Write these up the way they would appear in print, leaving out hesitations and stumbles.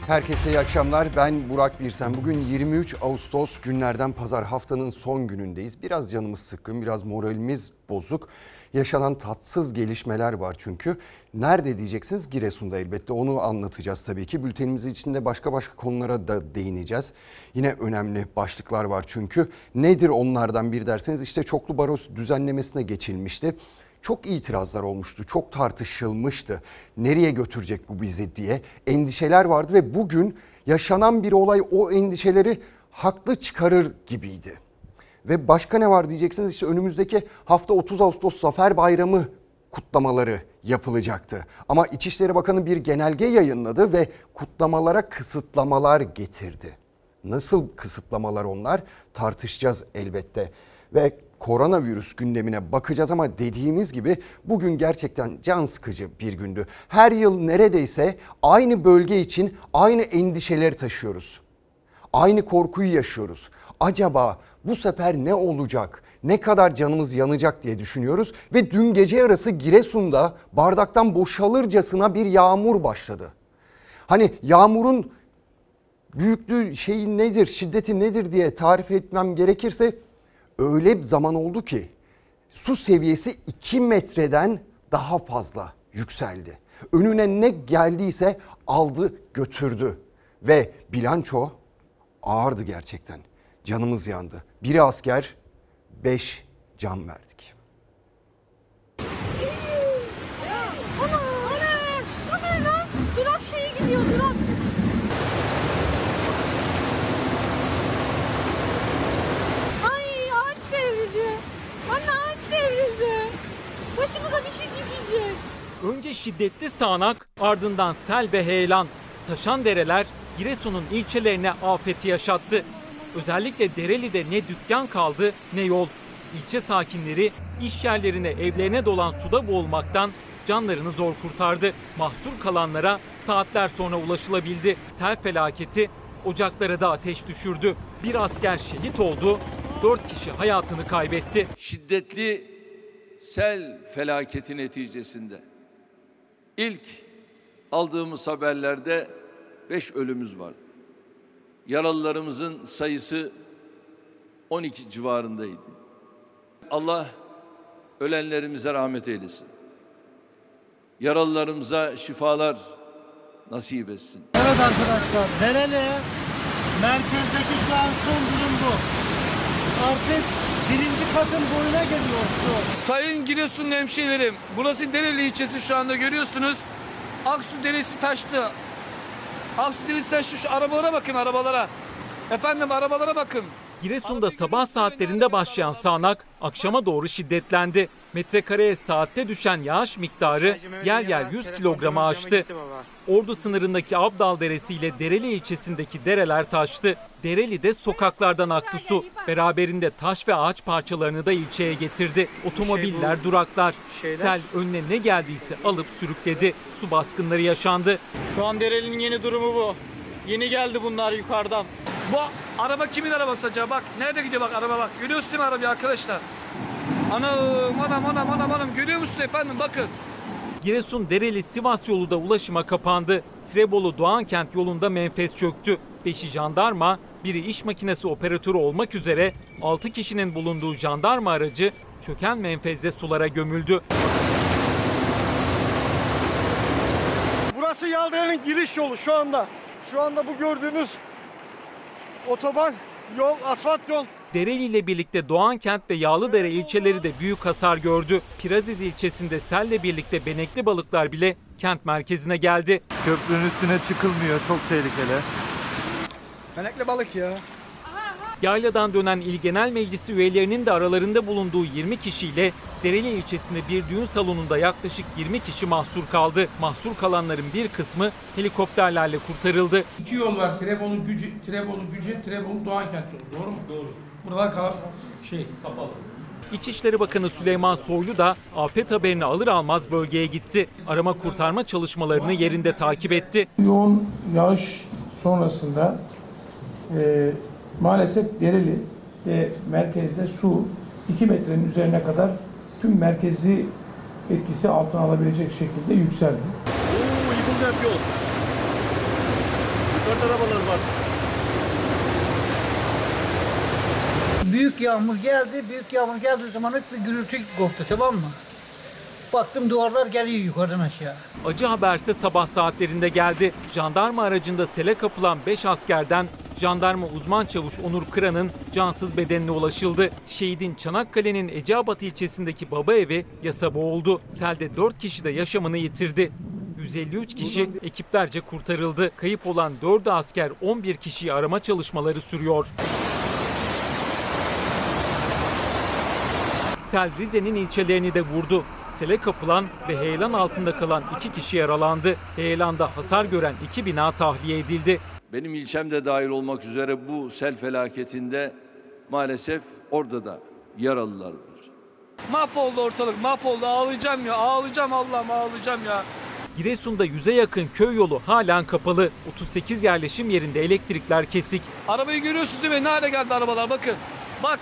Herkese iyi akşamlar. Ben Burak Birsen. Bugün 23 Ağustos günlerden pazar, haftanın son günündeyiz. Biraz canımız sıkkın, biraz moralimiz bozuk. Yaşanan tatsız gelişmeler var çünkü. Nerede diyeceksiniz? Giresun'da elbette. Onu anlatacağız tabii ki. Bültenimizin içinde başka konulara da değineceğiz. Yine önemli başlıklar var çünkü. Nedir onlardan bir derseniz, işte çoklu baro düzenlemesine geçilmişti. Çok itirazlar olmuştu, çok tartışılmıştı. Nereye götürecek bu bizi diye endişeler vardı ve bugün yaşanan bir olay o endişeleri haklı çıkarır gibiydi. Ve başka ne var diyeceksiniz, işte önümüzdeki hafta 30 Ağustos Zafer Bayramı kutlamaları yapılacaktı. Ama İçişleri Bakanı bir genelge yayınladı ve kutlamalara kısıtlamalar getirdi. Nasıl kısıtlamalar onlar? Tartışacağız elbette. Ve koronavirüs gündemine bakacağız ama dediğimiz gibi bugün gerçekten can sıkıcı bir gündü. Her yıl neredeyse aynı bölge için aynı endişeleri taşıyoruz. Aynı korkuyu yaşıyoruz. Acaba bu sefer ne olacak? Ne kadar canımız yanacak diye düşünüyoruz ve dün gece yarısı Giresun'da bardaktan boşalırcasına bir yağmur başladı. Hani yağmurun büyüklüğü şeyi nedir, şiddeti nedir diye tarif etmem gerekirse öyle bir zaman oldu ki su seviyesi 2 metreden daha fazla yükseldi. Önüne ne geldiyse aldı götürdü ve bilanço ağırdı gerçekten. Canımız yandı. Biri asker, 5 can verdik. Durak şeyi gidiyor, durak. Ay ağaç devrildi. Anne ağaç devrildi. Başımıza bir şey gidecek. Önce şiddetli sağanak, ardından sel ve heyelan. Taşan dereler Giresun'un ilçelerine afeti yaşattı. Özellikle Dereli'de ne dükkan kaldı ne yol. İlçe sakinleri iş yerlerine, evlerine dolan suda boğulmaktan canlarını zor kurtardı. Mahsur kalanlara saatler sonra ulaşılabildi. Sel felaketi ocaklara da ateş düşürdü. Bir asker şehit oldu, 4 kişi hayatını kaybetti. Şiddetli sel felaketi neticesinde ilk aldığımız haberlerde 5 ölümümüz vardı. Yaralılarımızın sayısı 12 civarındaydı. Allah ölenlerimize rahmet eylesin. Yaralılarımıza şifalar nasip etsin. Evet arkadaşlar, Dereli merkezdeki şu an son durum bu. Artık 1. katın boyuna geliyor su. Sayın Giresunlu hemşehrilerim, burası Dereli ilçesi, şu anda görüyorsunuz. Aksu Deresi taştı. Aksu Deresi taştı. Şu arabalara bakın, arabalara. Efendim, arabalara bakın. Giresun'da sabah saatlerinde başlayan sağanak akşama doğru şiddetlendi. Metrekareye saatte düşen yağış miktarı yer yer 100 kilogramı aştı. Ordu sınırındaki Abdal Deresi ile Dereli ilçesindeki dereler taştı. Dereli'de sokaklardan aktı su. Beraberinde taş ve ağaç parçalarını da ilçeye getirdi. Otomobiller, duraklar. Sel önüne ne geldiyse alıp sürükledi. Su baskınları yaşandı. Şu an Dereli'nin yeni durumu bu. Yeni geldi bunlar yukarıdan. Bu araba kimin arabası acaba? Bak nerede gidiyor, bak araba bak. Görüyorsun değil mi arabayı arkadaşlar? Anam. Görüyor musun efendim, bakın. Giresun-Dereli-Sivas yolu da ulaşıma kapandı. Trebolu-Doğankent yolunda menfez çöktü. 5'i jandarma, biri iş makinesi operatörü olmak üzere 6 kişinin bulunduğu jandarma aracı çöken menfezde sulara gömüldü. Burası Yaldere'nin giriş yolu şu anda. Şu anda bu gördüğünüz otoban, yol, asfalt yol. Dereli ile birlikte Doğankent ve Yağlıdere ilçeleri de büyük hasar gördü. Piraziz ilçesinde selle birlikte benekli balıklar bile kent merkezine geldi. Köprünün üstüne çıkılmıyor, çok tehlikeli. Benekli balık ya. Yayladan dönen İl Genel Meclisi üyelerinin de aralarında bulunduğu 20 kişiyle Dereli ilçesinde bir düğün salonunda yaklaşık 20 kişi mahsur kaldı. Mahsur kalanların bir kısmı helikopterlerle kurtarıldı. 2 yol var. Trebolu Güce, Trebolu Doğankent yolu. Doğru mu? Doğru. Buralar kapalı. İçişleri Bakanı Süleyman Soylu da afet haberini alır almaz bölgeye gitti. Arama kurtarma çalışmalarını yerinde takip etti. Yoğun yağış sonrasında maalesef Dereli ve merkezde su 2 metrenin üzerine kadar tüm merkezi etkisi altına alabilecek şekilde yükseldi. Yıkılacak yol. Dört arabalar var. Büyük yağmur geldi. Büyük yağmur geldiği zaman bir gürültü koptu, tamam mı? Baktım duvarlar geliyor yukarıdan aşağı. Acı haberse sabah saatlerinde geldi. Jandarma aracında sele kapılan 5 askerden jandarma uzman çavuş Onur Kıran'ın cansız bedenine ulaşıldı. Şehidin Çanakkale'nin Eceabat ilçesindeki baba evi yasa boğuldu. Selde 4 kişi de yaşamını yitirdi. 153 kişi ekiplerce kurtarıldı. Kayıp olan 4 asker, 11 kişiyi arama çalışmaları sürüyor. Sel Rize'nin ilçelerini de vurdu. Sele kapılan ve heyelan altında kalan 2 kişi yaralandı. Heyelanda hasar gören 2 bina tahliye edildi. Benim ilçem de dahil olmak üzere bu sel felaketinde maalesef orada da yaralılar var. Mahvoldu ortalık, mahvoldu. Ağlayacağım ya, ağlayacağım Allah'ım, ağlayacağım ya. Giresun'da 100'e yakın köy yolu halen kapalı. 38 yerleşim yerinde elektrikler kesik. Arabayı görüyorsunuz değil mi? Ne hale geldi arabalar, bakın. Bak.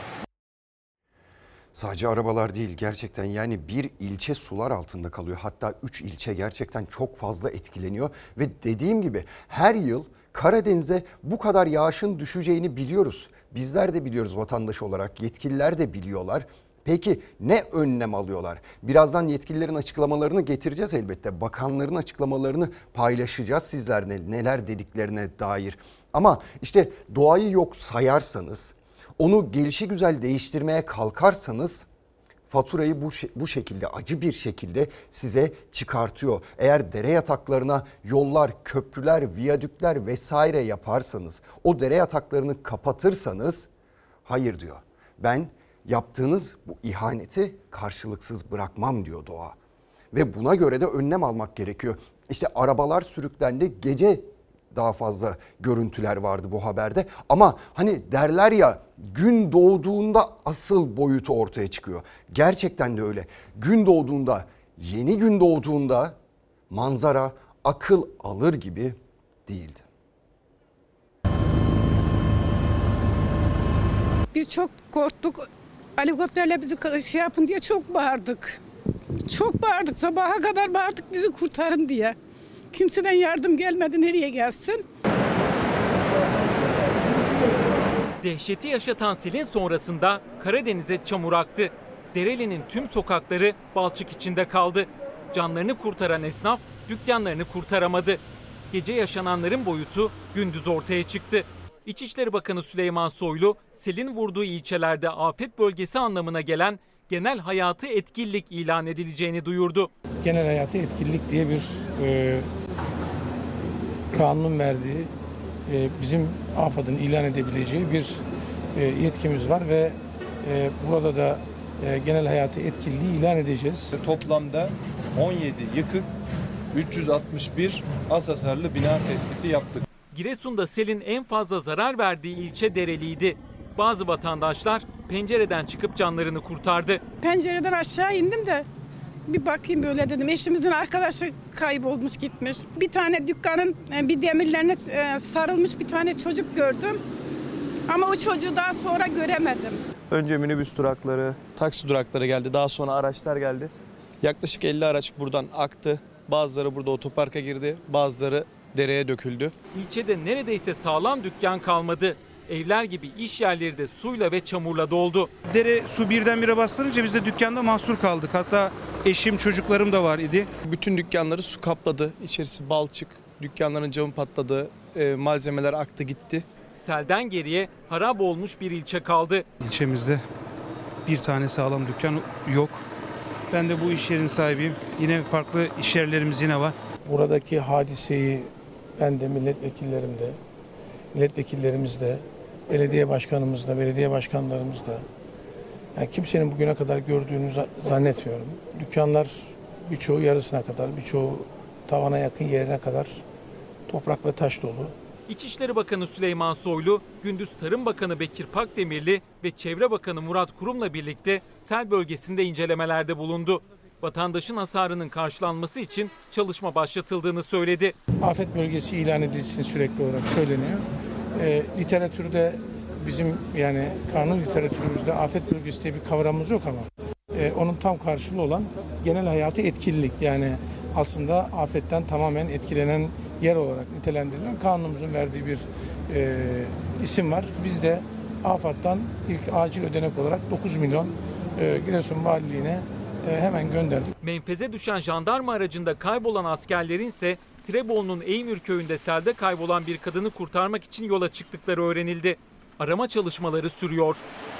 Sadece arabalar değil, gerçekten yani bir ilçe sular altında kalıyor. Hatta 3 ilçe gerçekten çok fazla etkileniyor. Ve dediğim gibi her yıl Karadeniz'e bu kadar yağışın düşeceğini biliyoruz. Bizler de biliyoruz vatandaş olarak, yetkililer de biliyorlar. Peki ne önlem alıyorlar? Birazdan yetkililerin açıklamalarını getireceğiz elbette. Bakanların açıklamalarını paylaşacağız sizlerle neler dediklerine dair. Ama işte doğayı yok sayarsanız, onu gelişigüzel değiştirmeye kalkarsanız faturayı bu şekilde, acı bir şekilde size çıkartıyor. Eğer dere yataklarına yollar, köprüler, viyadükler vesaire yaparsanız, o dere yataklarını kapatırsanız, hayır diyor. Ben yaptığınız bu ihaneti karşılıksız bırakmam diyor doğa. Ve buna göre de önlem almak gerekiyor. İşte arabalar sürüklendi, gece daha fazla görüntüler vardı bu haberde. Ama hani derler ya, gün doğduğunda asıl boyutu ortaya çıkıyor. Gerçekten de öyle. Gün doğduğunda, yeni gün doğduğunda manzara akıl alır gibi değildi. Biz çok korktuk. Helikopterle bizi şey yapın diye çok bağırdık. Çok bağırdık. Sabaha kadar bağırdık bizi kurtarın diye. Kimseden yardım gelmedi, nereye gelsin? Dehşeti yaşatan selin sonrasında Karadeniz'e çamur aktı. Dereli'nin tüm sokakları balçık içinde kaldı. Canlarını kurtaran esnaf dükkanlarını kurtaramadı. Gece yaşananların boyutu gündüz ortaya çıktı. İçişleri Bakanı Süleyman Soylu, selin vurduğu ilçelerde afet bölgesi anlamına gelen genel hayatı etkinlik ilan edileceğini duyurdu. Genel hayatı etkinlik diye bir kanunun verdiği, bizim AFAD'ın ilan edebileceği bir yetkimiz var ve burada da genel hayatı etkinliği ilan edeceğiz. Toplamda 17 yıkık, 361 az hasarlı bina tespiti yaptık. Giresun'da selin en fazla zarar verdiği ilçe Dereli'ydi. Bazı vatandaşlar pencereden çıkıp canlarını kurtardı. Pencereden aşağı indim de bir bakayım böyle dedim. Eşimizin arkadaşı kaybolmuş gitmiş. Bir tane dükkanın bir demirlerine sarılmış bir tane çocuk gördüm. Ama o çocuğu daha sonra göremedim. Önce minibüs durakları, taksi durakları geldi. Daha sonra araçlar geldi. Yaklaşık 50 araç buradan aktı. Bazıları burada otoparka girdi, bazıları dereye döküldü. İlçede neredeyse sağlam dükkan kalmadı. Evler gibi iş yerleri de suyla ve çamurla doldu. Dere su birdenbire bastırınca biz de dükkanda mahsur kaldık. Hatta eşim, çocuklarım da var idi. Bütün dükkanları su kapladı. İçerisi balçık, dükkanların camı patladı, malzemeler aktı gitti. Selden geriye harap olmuş bir ilçe kaldı. İlçemizde bir tane sağlam dükkan yok. Ben de bu iş yerinin sahibiyim. Yine farklı iş yerlerimiz yine var. Buradaki hadiseyi ben de milletvekillerimiz de, belediye başkanımız da, belediye başkanlarımız da, yani kimsenin bugüne kadar gördüğünü zannetmiyorum. Dükkanlar birçoğu yarısına kadar, birçoğu tavana yakın yerine kadar toprak ve taş dolu. İçişleri Bakanı Süleyman Soylu, gündüz Tarım Bakanı Bekir Pakdemirli ve Çevre Bakanı Murat Kurum'la birlikte sel bölgesinde incelemelerde bulundu. Vatandaşın hasarının karşılanması için çalışma başlatıldığını söyledi. Afet bölgesi ilan edilsin sürekli olarak söyleniyor. Literatürde bizim yani kanun literatürümüzde afet bölgesi diye bir kavramımız yok ama onun tam karşılığı olan genel hayatı etkinlik, yani aslında afetten tamamen etkilenen yer olarak nitelendirilen kanunumuzun verdiği bir isim var. Biz de AFAD'dan ilk acil ödenek olarak 9 milyon Giresun Valiliğine hemen gönderdik. Menfeze düşen jandarma aracında kaybolan askerlerin ise Tirebolu'nun Eymür köyünde selde kaybolan bir kadını kurtarmak için yola çıktıkları öğrenildi. Arama çalışmaları sürüyor.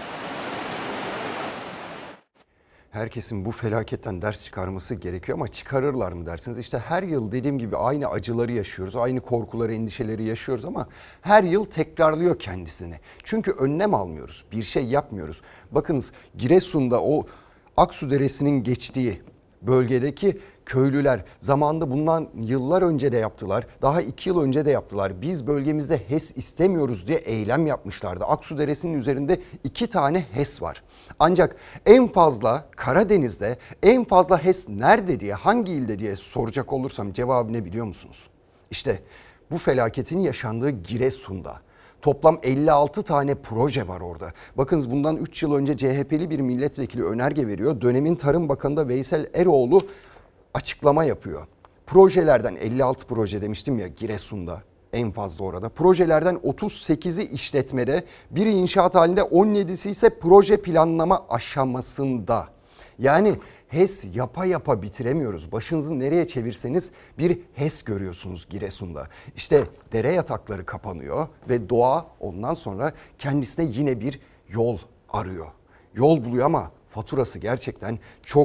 Herkesin bu felaketten ders çıkarması gerekiyor ama çıkarırlar mı dersiniz? İşte her yıl dediğim gibi aynı acıları yaşıyoruz, aynı korkuları, endişeleri yaşıyoruz ama her yıl tekrarlıyor kendisini. Çünkü önlem almıyoruz, bir şey yapmıyoruz. Bakınız Giresun'da o Aksu Deresi'nin geçtiği bölgedeki köylüler zamanında bundan yıllar önce de yaptılar. Daha 2 yıl önce de yaptılar. Biz bölgemizde HES istemiyoruz diye eylem yapmışlardı. Aksu Deresi'nin üzerinde 2 tane HES var. Ancak en fazla Karadeniz'de en fazla HES nerede diye, hangi ilde diye soracak olursam cevabı ne biliyor musunuz? İşte bu felaketin yaşandığı Giresun'da. Toplam 56 tane proje var orada. Bakınız bundan 3 yıl önce CHP'li bir milletvekili önerge veriyor. Dönemin Tarım Bakanı da Veysel Eroğlu açıklama yapıyor. Projelerden 56 proje demiştim ya Giresun'da en fazla orada. Projelerden 38'i işletmede, biri inşaat halinde, 17'si ise proje planlama aşamasında. Yani HES yapa bitiremiyoruz. Başınızı nereye çevirseniz bir HES görüyorsunuz Giresun'da. İşte dere yatakları kapanıyor ve doğa ondan sonra kendisine yine bir yol arıyor. Yol buluyor ama faturası gerçekten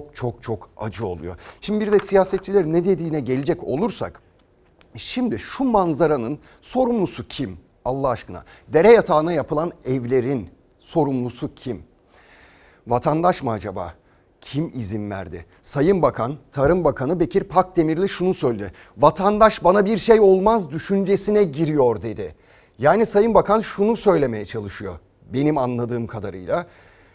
çok acı oluyor. Şimdi bir de siyasetçilerin ne dediğine gelecek olursak, şimdi şu manzaranın sorumlusu kim? Allah aşkına. Dere yatağına yapılan evlerin sorumlusu kim? Vatandaş mı acaba? Kim izin verdi? Sayın Bakan, Tarım Bakanı Bekir Pakdemirli şunu söyledi. Vatandaş bana bir şey olmaz düşüncesine giriyor dedi. Yani Sayın Bakan şunu söylemeye çalışıyor. Benim anladığım kadarıyla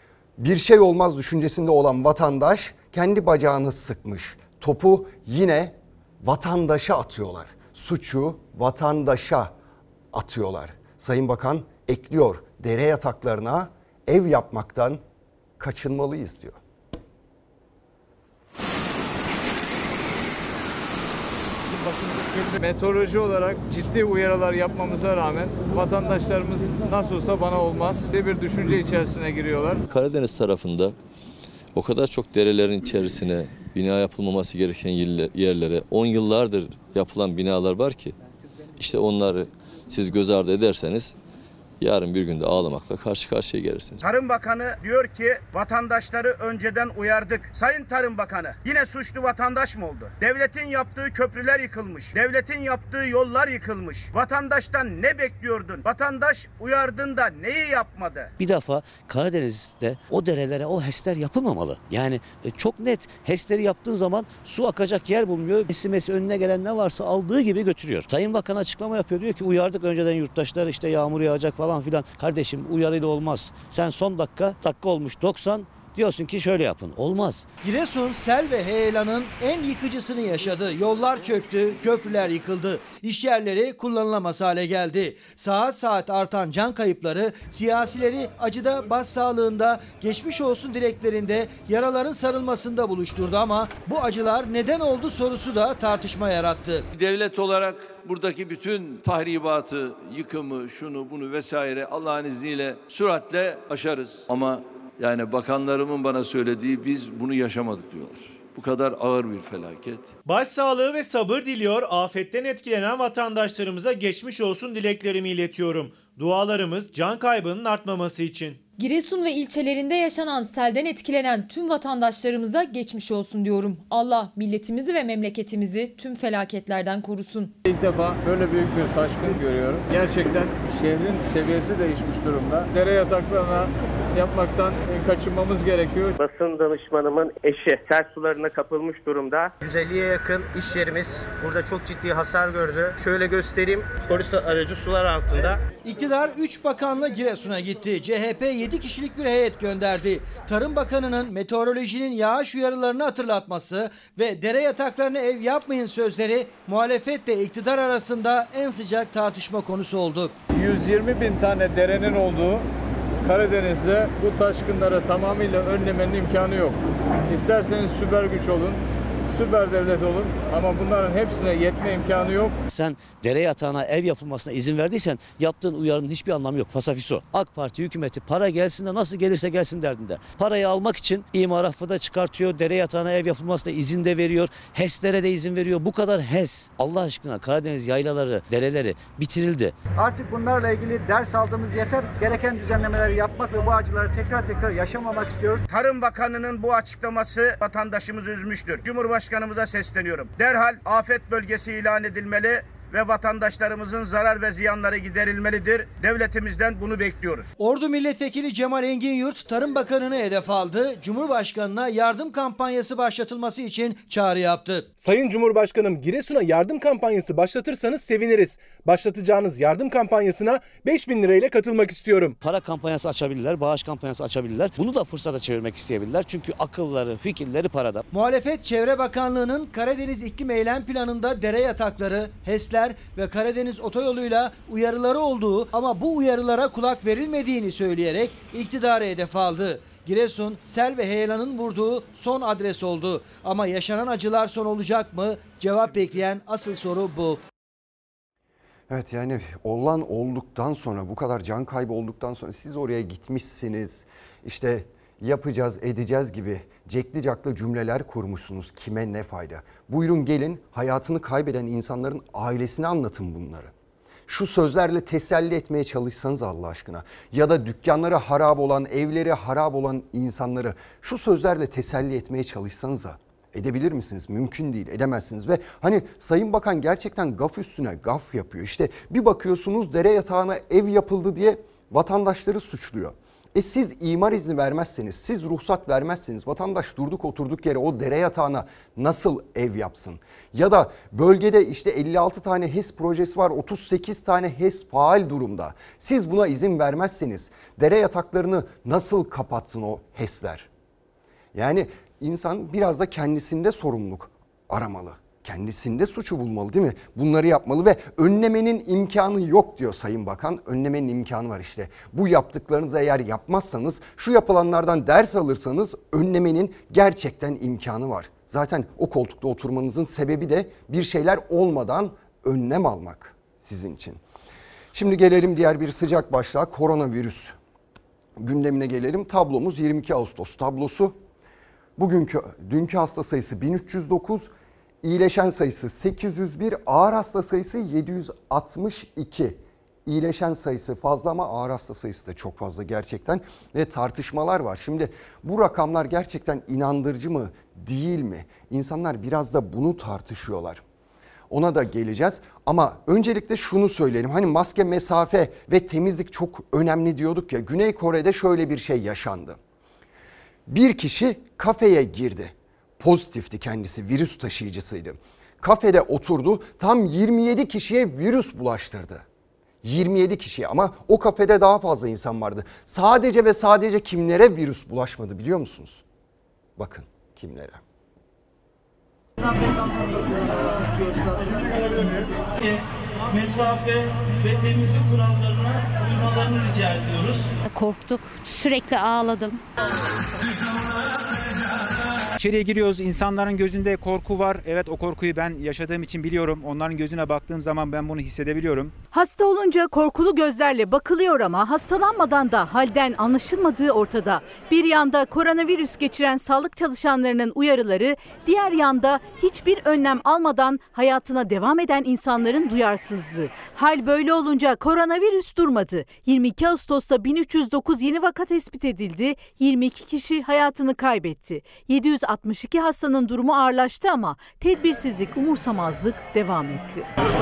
bir şey olmaz düşüncesinde olan vatandaş kendi bacağını sıkmış. Topu yine vatandaşa atıyorlar. Suçu vatandaşa atıyorlar. Sayın Bakan ekliyor, dere yataklarına ev yapmaktan kaçınmalıyız diyor. Meteoroloji olarak ciddi uyarılar yapmamıza rağmen vatandaşlarımız nasıl olsa bana olmaz diye bir düşünce içerisine giriyorlar. Karadeniz tarafında o kadar çok derelerin içerisine bina yapılmaması gereken yerlere 10 yıllardır yapılan binalar var ki işte onları siz göz ardı ederseniz yarın bir günde ağlamakla karşı karşıya gelirsiniz. Tarım Bakanı diyor ki vatandaşları önceden uyardık. Sayın Tarım Bakanı, yine suçlu vatandaş mı oldu? Devletin yaptığı köprüler yıkılmış. Devletin yaptığı yollar yıkılmış. Vatandaştan ne bekliyordun? Vatandaş uyardın da neyi yapmadı? Bir defa Karadeniz'de o derelere o HES'ler yapılmamalı. Yani çok net, HES'leri yaptığın zaman su akacak yer bulmuyor. HES'i önüne gelen ne varsa aldığı gibi götürüyor. Sayın Bakan açıklama yapıyor, diyor ki uyardık önceden yurttaşlar, işte yağmur yağacak falan filan. Kardeşim uyarıyla olmaz. Sen son dakika olmuş 90 diyorsun ki şöyle yapın. Olmaz. Giresun sel ve heyelanın en yıkıcısını yaşadı. Yollar çöktü, köprüler yıkıldı. İş yerleri kullanılamaz hale geldi. Saat artan can kayıpları siyasileri acıda, başsağlığında, geçmiş olsun dileklerinde, yaraların sarılmasında buluşturdu ama bu acılar neden oldu sorusu da tartışma yarattı. Devlet olarak buradaki bütün tahribatı, yıkımı, şunu bunu vesaire Allah'ın izniyle süratle aşarız. Ama yani bakanlarımın bana söylediği biz bunu yaşamadık diyorlar. Bu kadar ağır bir felaket. Başsağlığı ve sabır diliyor, afetten etkilenen vatandaşlarımıza geçmiş olsun dileklerimi iletiyorum. Dualarımız can kaybının artmaması için. Giresun ve ilçelerinde yaşanan selden etkilenen tüm vatandaşlarımıza geçmiş olsun diyorum. Allah milletimizi ve memleketimizi tüm felaketlerden korusun. İlk defa böyle büyük bir taşkın görüyorum. Gerçekten şehrin seviyesi değişmiş durumda. Dere yataklarına yapmaktan kaçınmamız gerekiyor. Basın danışmanımın eşi sel sularına kapılmış durumda. 150'ye yakın iş yerimiz burada çok ciddi hasar gördü. Şöyle göstereyim. Polis aracı sular altında. İktidar 3 bakanla Giresun'a gitti. CHP 7 kişilik bir heyet gönderdi. Tarım Bakanı'nın meteorolojinin yağış uyarılarını hatırlatması ve dere yataklarına ev yapmayın sözleri muhalefetle iktidar arasında en sıcak tartışma konusu oldu. 120 bin tane derenin olduğu Karadeniz'de bu taşkınları tamamıyla önlemenin imkanı yok. İsterseniz süper güç olun, süper devlet olun ama bunların hepsine yetme imkanı yok. Sen dere yatağına ev yapılmasına izin verdiysen yaptığın uyarının hiçbir anlamı yok. Fasafiso. AK Parti hükümeti para gelsin de nasıl gelirse gelsin derdinde. Parayı almak için imar affı da çıkartıyor. Dere yatağına ev yapılmasına izin de veriyor. HES'lere de izin veriyor. Bu kadar HES. Allah aşkına Karadeniz yaylaları, dereleri bitirildi. Artık bunlarla ilgili ders aldığımız yeter. Gereken düzenlemeleri yapmak ve bu acıları tekrar yaşamamak istiyoruz. Tarım Bakanı'nın bu açıklaması vatandaşımızı üzmüştür. Cumhurbaşkanımıza sesleniyorum. Derhal afet bölgesi ilan edilmeli ve vatandaşlarımızın zarar ve ziyanları giderilmelidir. Devletimizden bunu bekliyoruz. Ordu Milletvekili Cemal Enginyurt Tarım Bakanı'nı hedef aldı. Cumhurbaşkanı'na yardım kampanyası başlatılması için çağrı yaptı. Sayın Cumhurbaşkanım, Giresun'a yardım kampanyası başlatırsanız seviniriz. Başlatacağınız yardım kampanyasına 5.000 lirayla katılmak istiyorum. Para kampanyası açabilirler, bağış kampanyası açabilirler. Bunu da fırsata çevirmek isteyebilirler. Çünkü akılları, fikirleri parada. Muhalefet Çevre Bakanlığı'nın Karadeniz İklim Eylem Planı'nda dere yatakları, HES'ler ve Karadeniz otoyoluyla uyarıları olduğu ama bu uyarılara kulak verilmediğini söyleyerek iktidarı hedef aldı. Giresun, sel ve heyelanın vurduğu son adres oldu. Ama yaşanan acılar son olacak mı? Cevap bekleyen asıl soru bu. Evet, yani olan olduktan sonra, bu kadar can kaybı olduktan sonra siz oraya gitmişsiniz. İşte yapacağız, edeceğiz gibi cekli caklı cümleler kurmuşsunuz. Kime ne fayda? Buyurun gelin, hayatını kaybeden insanların ailesine anlatın bunları. Şu sözlerle teselli etmeye çalışsanız Allah aşkına. Ya da dükkanları harap olan, evleri harap olan insanları şu sözlerle teselli etmeye çalışsanıza. Edebilir misiniz? Mümkün değil, edemezsiniz. Ve hani Sayın Bakan gerçekten gaf üstüne gaf yapıyor. İşte bir bakıyorsunuz dere yatağına ev yapıldı diye vatandaşları suçluyor. Siz imar izni vermezseniz, siz ruhsat vermezseniz vatandaş durduk oturduk yere o dere yatağına nasıl ev yapsın? Ya da bölgede işte 56 tane HES projesi var, 38 tane HES faal durumda. Siz buna izin vermezseniz dere yataklarını nasıl kapatsın o HES'ler? Yani insan biraz da kendisinde sorumluluk aramalı. Kendisinde suçu bulmalı, değil mi? Bunları yapmalı ve önlemenin imkanı yok diyor Sayın Bakan. Önlemenin imkanı var işte. Bu yaptıklarınızı eğer yapmazsanız, şu yapılanlardan ders alırsanız önlemenin gerçekten imkanı var. Zaten o koltukta oturmanızın sebebi de bir şeyler olmadan önlem almak sizin için. Şimdi gelelim diğer bir sıcak başlığa, koronavirüs gündemine gelelim. Tablomuz 22 Ağustos tablosu. Dünkü hasta sayısı 1309, iyileşen sayısı 801, ağır hasta sayısı 762. İyileşen sayısı fazla ama ağır hasta sayısı da çok fazla gerçekten ve tartışmalar var. Şimdi bu rakamlar gerçekten inandırıcı mı, değil mi? İnsanlar biraz da bunu tartışıyorlar. Ona da geleceğiz ama öncelikle şunu söyleyelim. Hani maske, mesafe ve temizlik çok önemli diyorduk ya. Güney Kore'de şöyle bir şey yaşandı. Bir kişi kafeye girdi. Pozitifti kendisi, virüs taşıyıcısıydı. Kafede oturdu, tam 27 kişiye virüs bulaştırdı. 27 kişiye, ama o kafede daha fazla insan vardı. Sadece ve sadece kimlere virüs bulaşmadı biliyor musunuz? Bakın kimlere. Mesafe ve temizlik kurallarına uymalarını rica ediyoruz. Korktuk, sürekli ağladım. İçeriye giriyoruz, insanların gözünde korku var. Evet, o korkuyu ben yaşadığım için biliyorum. Onların gözüne baktığım zaman ben bunu hissedebiliyorum. Hasta olunca korkulu gözlerle bakılıyor ama hastalanmadan da halden anlaşılmadığı ortada. Bir yanda koronavirüs geçiren sağlık çalışanlarının uyarıları, diğer yanda hiçbir önlem almadan hayatına devam eden insanların duyarsızlığı. Hal böyle olunca koronavirüs durmadı. 22 Ağustos'ta 1309 yeni vaka tespit edildi. 22 kişi hayatını kaybetti. 762 hastanın durumu ağırlaştı ama tedbirsizlik, umursamazlık devam etti.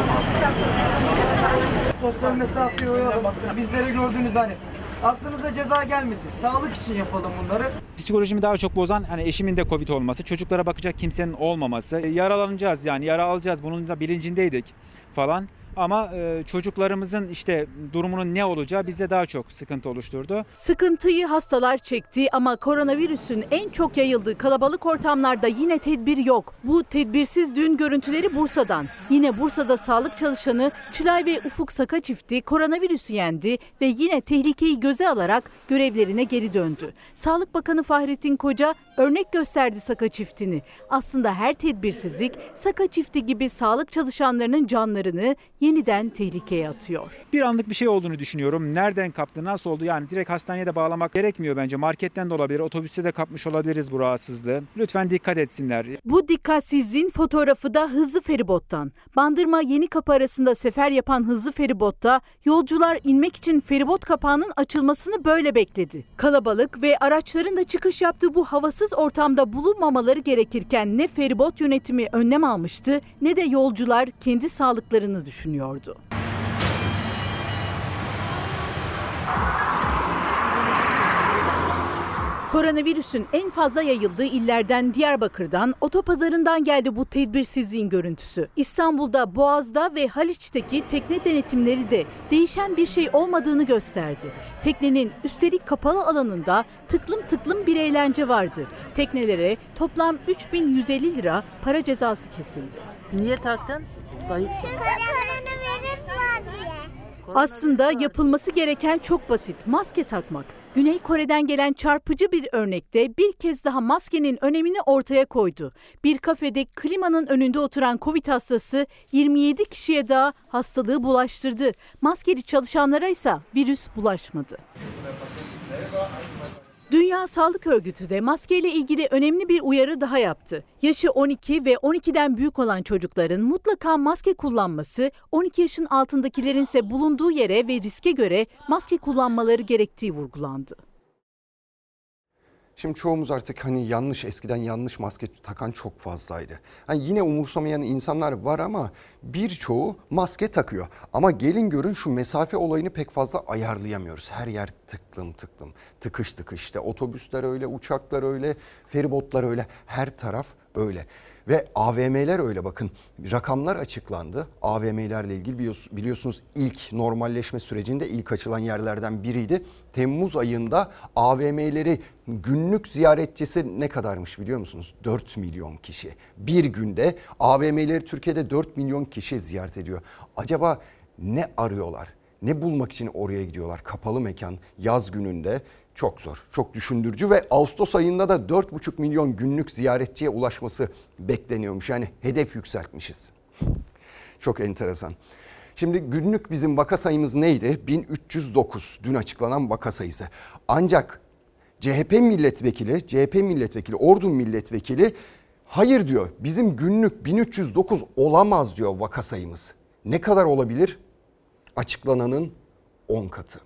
Sosyal mesafeye uyalım. Bizleri gördüğünüz hani aklınıza ceza gelmesin. Sağlık için yapalım bunları. Psikolojimi daha çok bozan hani eşimin de Covid olması, çocuklara bakacak kimsenin olmaması. Yaralanacağız, yani yara alacağız, bunun da bilincindeydik falan. Ama çocuklarımızın işte durumunun ne olacağı bizde daha çok sıkıntı oluşturdu. Sıkıntıyı hastalar çekti ama koronavirüsün en çok yayıldığı kalabalık ortamlarda yine tedbir yok. Bu tedbirsiz düğün görüntüleri Bursa'dan. Yine Bursa'da sağlık çalışanı Tülay ve Ufuk Saka çifti koronavirüsü yendi ve yine tehlikeyi göze alarak görevlerine geri döndü. Sağlık Bakanı Fahrettin Koca örnek gösterdi Saka çiftini. Aslında her tedbirsizlik Saka çifti gibi sağlık çalışanlarının canlarını yeniden tehlikeye atıyor. Bir anlık bir şey olduğunu düşünüyorum. Nereden kaptı, nasıl oldu? Yani direkt hastaneye de bağlamak gerekmiyor bence. Marketten de olabilir, otobüste de kapmış olabiliriz bu rahatsızlığı. Lütfen dikkat etsinler. Bu dikkatsizliğin fotoğrafı da hızlı feribottan. Bandırma Yenikapı arasında sefer yapan hızlı feribotta yolcular inmek için feribot kapağının açılmasını böyle bekledi. Kalabalık ve araçların da çıkış yaptığı bu havasız ortamda bulunmamaları gerekirken ne feribot yönetimi önlem almıştı ne de yolcular kendi sağlıklarını düşünüyordu. Koronavirüsün en fazla yayıldığı illerden Diyarbakır'dan, otopazarından geldi bu tedbirsizliğin görüntüsü. İstanbul'da, Boğaz'da ve Haliç'teki tekne denetimleri de değişen bir şey olmadığını gösterdi. Teknenin üstelik kapalı alanında tıklım tıklım bir eğlence vardı. Teknelere toplam 3.150 lira para cezası kesildi. Niye taktın? Koronavirüs var diye. Aslında yapılması gereken çok basit, maske takmak. Güney Kore'den gelen çarpıcı bir örnekte bir kez daha maskenin önemini ortaya koydu. Bir kafede klimanın önünde oturan Covid hastası 27 kişiye daha hastalığı bulaştırdı. Maskeli çalışanlara ise virüs bulaşmadı. Dünya Sağlık Örgütü de maskeyle ilgili önemli bir uyarı daha yaptı. Yaşı 12 ve 12'den büyük olan çocukların mutlaka maske kullanması, 12 yaşın altındakilerin ise bulunduğu yere ve riske göre maske kullanmaları gerektiği vurgulandı. Şimdi çoğumuz artık eskiden yanlış maske takan çok fazlaydı. Yine umursamayan insanlar var ama birçoğu maske takıyor. Ama gelin görün şu mesafe olayını pek fazla ayarlayamıyoruz. Her yer tıklım tıklım, tıkış tıkış. İşte otobüsler öyle, uçaklar öyle, feribotlar öyle, her taraf öyle. Ve AVM'ler öyle, bakın rakamlar açıklandı. AVM'lerle ilgili biliyorsunuz ilk normalleşme sürecinde ilk açılan yerlerden biriydi. Temmuz ayında AVM'leri günlük ziyaretçisi ne kadarmış biliyor musunuz? 4 milyon kişi. Bir günde AVM'leri Türkiye'de 4 milyon kişi ziyaret ediyor. Acaba ne arıyorlar? Ne bulmak için oraya gidiyorlar? Kapalı mekan yaz gününde. Çok zor, çok düşündürücü ve Ağustos ayında da 4,5 milyon günlük ziyaretçiye ulaşması bekleniyormuş. Yani hedef yükseltmişiz. Çok enteresan. Şimdi günlük bizim vaka sayımız neydi? 1309 dün açıklanan vaka sayısı. Ancak CHP milletvekili, Ordu milletvekili hayır diyor. Bizim günlük 1309 olamaz diyor vaka sayımız. Ne kadar olabilir? Açıklananın 10 katı.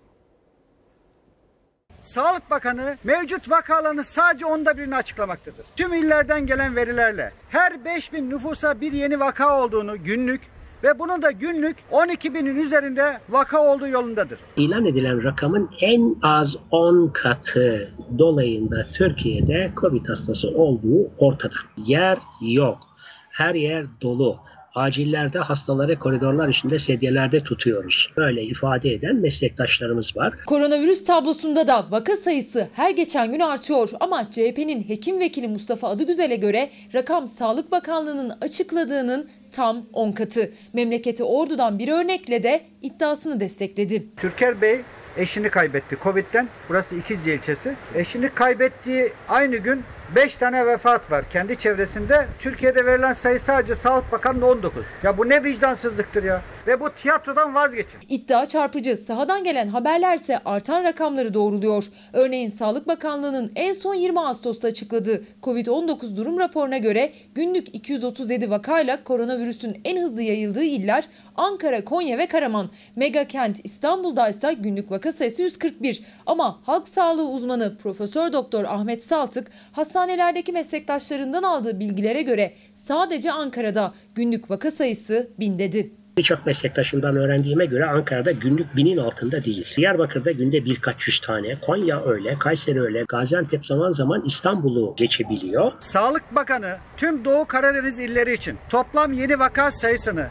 Sağlık Bakanı mevcut vakaların sadece 1/10'ını açıklamaktadır. Tüm illerden gelen verilerle her 5000 nüfusa bir yeni vaka olduğunu günlük ve bunun da günlük 12.000'in üzerinde vaka olduğu yolundadır. İlan edilen rakamın en az 10 katı dolayında Türkiye'de Covid hastası olduğu ortada. Yer yok. Her yer dolu. Acillerde hastaları koridorlar içinde sedyelerde tutuyoruz. Böyle ifade eden meslektaşlarımız var. Koronavirüs tablosunda da vaka sayısı her geçen gün artıyor. Ama CHP'nin hekim vekili Mustafa Adıgüzel'e göre rakam Sağlık Bakanlığı'nın açıkladığının tam 10 katı. Memleketi Ordu'dan bir örnekle de iddiasını destekledi. Türker Bey eşini kaybetti Covid'den. Burası İkizce ilçesi. Eşini kaybettiği aynı gün 5 tane vefat var kendi çevresinde. Türkiye'de verilen sayı sadece Sağlık Bakanı'nın 19. Ya bu ne vicdansızlıktır ya. Ve bu tiyatrodan vazgeçin. İddia çarpıcı. Sahadan gelen haberlerse artan rakamları doğruluyor. Örneğin Sağlık Bakanlığı'nın en son 20 Ağustos'ta açıkladığı Covid-19 durum raporuna göre günlük 237 vakayla koronavirüsün en hızlı yayıldığı iller Ankara, Konya ve Karaman. Mega kent İstanbul'da ise günlük vaka sayısı 141. Ama halk sağlığı uzmanı Profesör Doktor Ahmet Saltık hastanelerdeki meslektaşlarından aldığı bilgilere göre sadece Ankara'da günlük vaka sayısı 1000 dedi. Birçok meslektaşımdan öğrendiğime göre Ankara'da günlük 1000'in altında değil. Diyarbakır'da günde birkaç yüz tane, Konya öyle, Kayseri öyle, Gaziantep zaman zaman İstanbul'u geçebiliyor. Sağlık Bakanı tüm Doğu Karadeniz illeri için toplam yeni vaka sayısını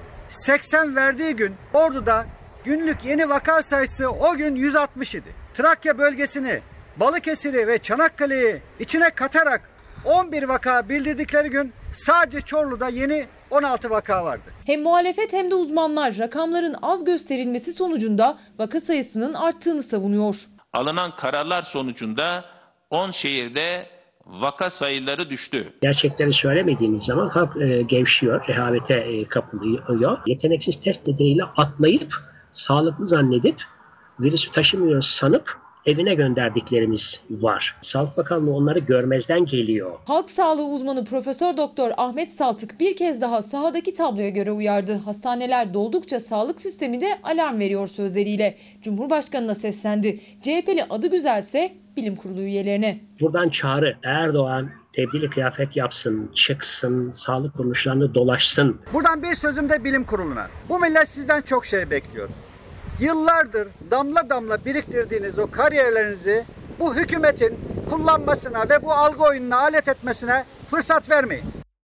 80 verdiği gün Ordu'da günlük yeni vaka sayısı o gün 160 idi. Trakya bölgesini, Balıkesir'i ve Çanakkale'yi içine katarak 11 vaka bildirdikleri gün sadece Çorlu'da yeni 16 vaka vardı. Hem muhalefet hem de uzmanlar rakamların az gösterilmesi sonucunda vaka sayısının arttığını savunuyor. Alınan kararlar sonucunda 10 şehirde vaka sayıları düştü. Gerçekleri söylemediğiniz zaman halk gevşiyor, rehavete kapılıyor. Yeteneksiz test nedeniyle atlayıp, sağlıklı zannedip, virüsü taşımıyor sanıp evine gönderdiklerimiz var. Sağlık Bakanlığı onları görmezden geliyor. Halk sağlığı uzmanı Profesör Doktor Ahmet Saltık bir kez daha sahadaki tabloya göre uyardı. Hastaneler doldukça sağlık sistemi de alarm veriyor sözleriyle. Cumhurbaşkanına seslendi. CHP'li adı güzelse bilim kurulu üyelerine. Buradan çağrı, Erdoğan tebdili kıyafet yapsın, çıksın, sağlık kuruluşlarını dolaşsın. Buradan bir sözüm de bilim kuruluna. Bu millet sizden çok şey bekliyor. Yıllardır damla damla biriktirdiğiniz o kariyerlerinizi bu hükümetin kullanmasına ve bu algı oyununa alet etmesine fırsat vermeyin.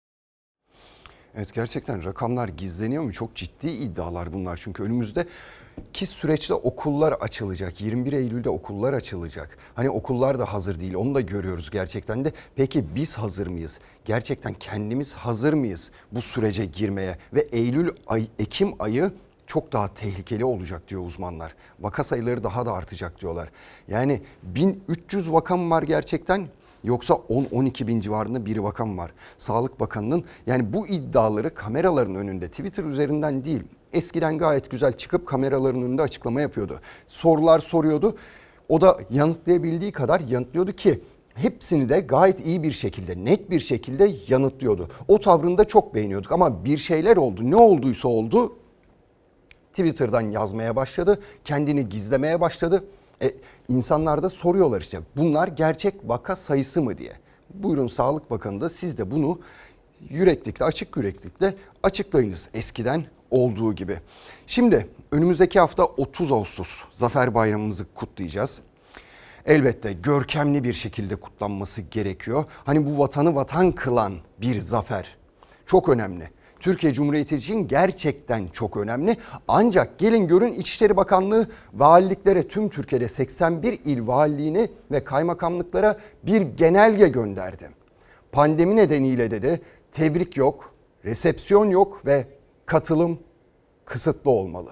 Evet, gerçekten rakamlar gizleniyor mu? Çok ciddi iddialar bunlar. Çünkü önümüzdeki süreçte okullar açılacak. 21 Eylül'de okullar açılacak. Hani okullar da hazır değil. Onu da görüyoruz gerçekten de. Peki biz hazır mıyız? Gerçekten kendimiz hazır mıyız bu sürece girmeye? Ve Ekim ayı çok daha tehlikeli olacak diyor uzmanlar. Vaka sayıları daha da artacak diyorlar. Yani 1300 vaka mı var gerçekten? Yoksa 10-12 bin civarında bir vaka mı var? Sağlık Bakanı'nın yani bu iddiaları kameraların önünde, Twitter üzerinden değil, eskiden gayet güzel çıkıp kameraların önünde açıklama yapıyordu. Sorular soruyordu. O da yanıtlayabildiği kadar yanıtlıyordu ki hepsini de gayet iyi bir şekilde, net bir şekilde yanıtlıyordu. O tavrını da çok beğeniyorduk ama bir şeyler oldu. Ne olduysa oldu. Twitter'dan yazmaya başladı, kendini gizlemeye başladı. İnsanlar da soruyorlar işte bunlar gerçek vaka sayısı mı diye. Buyurun Sağlık Bakanı da siz de bunu yüreklikle, açık yüreklikle açıklayınız eskiden olduğu gibi. Şimdi önümüzdeki hafta 30 Ağustos Zafer Bayramımızı kutlayacağız. Elbette görkemli bir şekilde kutlanması gerekiyor. Hani bu vatanı vatan kılan bir zafer çok önemli. Türkiye Cumhuriyeti için gerçekten çok önemli. Ancak gelin görün İçişleri Bakanlığı valiliklere, tüm Türkiye'de 81 il valiliğine ve kaymakamlıklara bir genelge gönderdi. Pandemi nedeniyle dedi tebrik yok, resepsiyon yok ve katılım kısıtlı olmalı.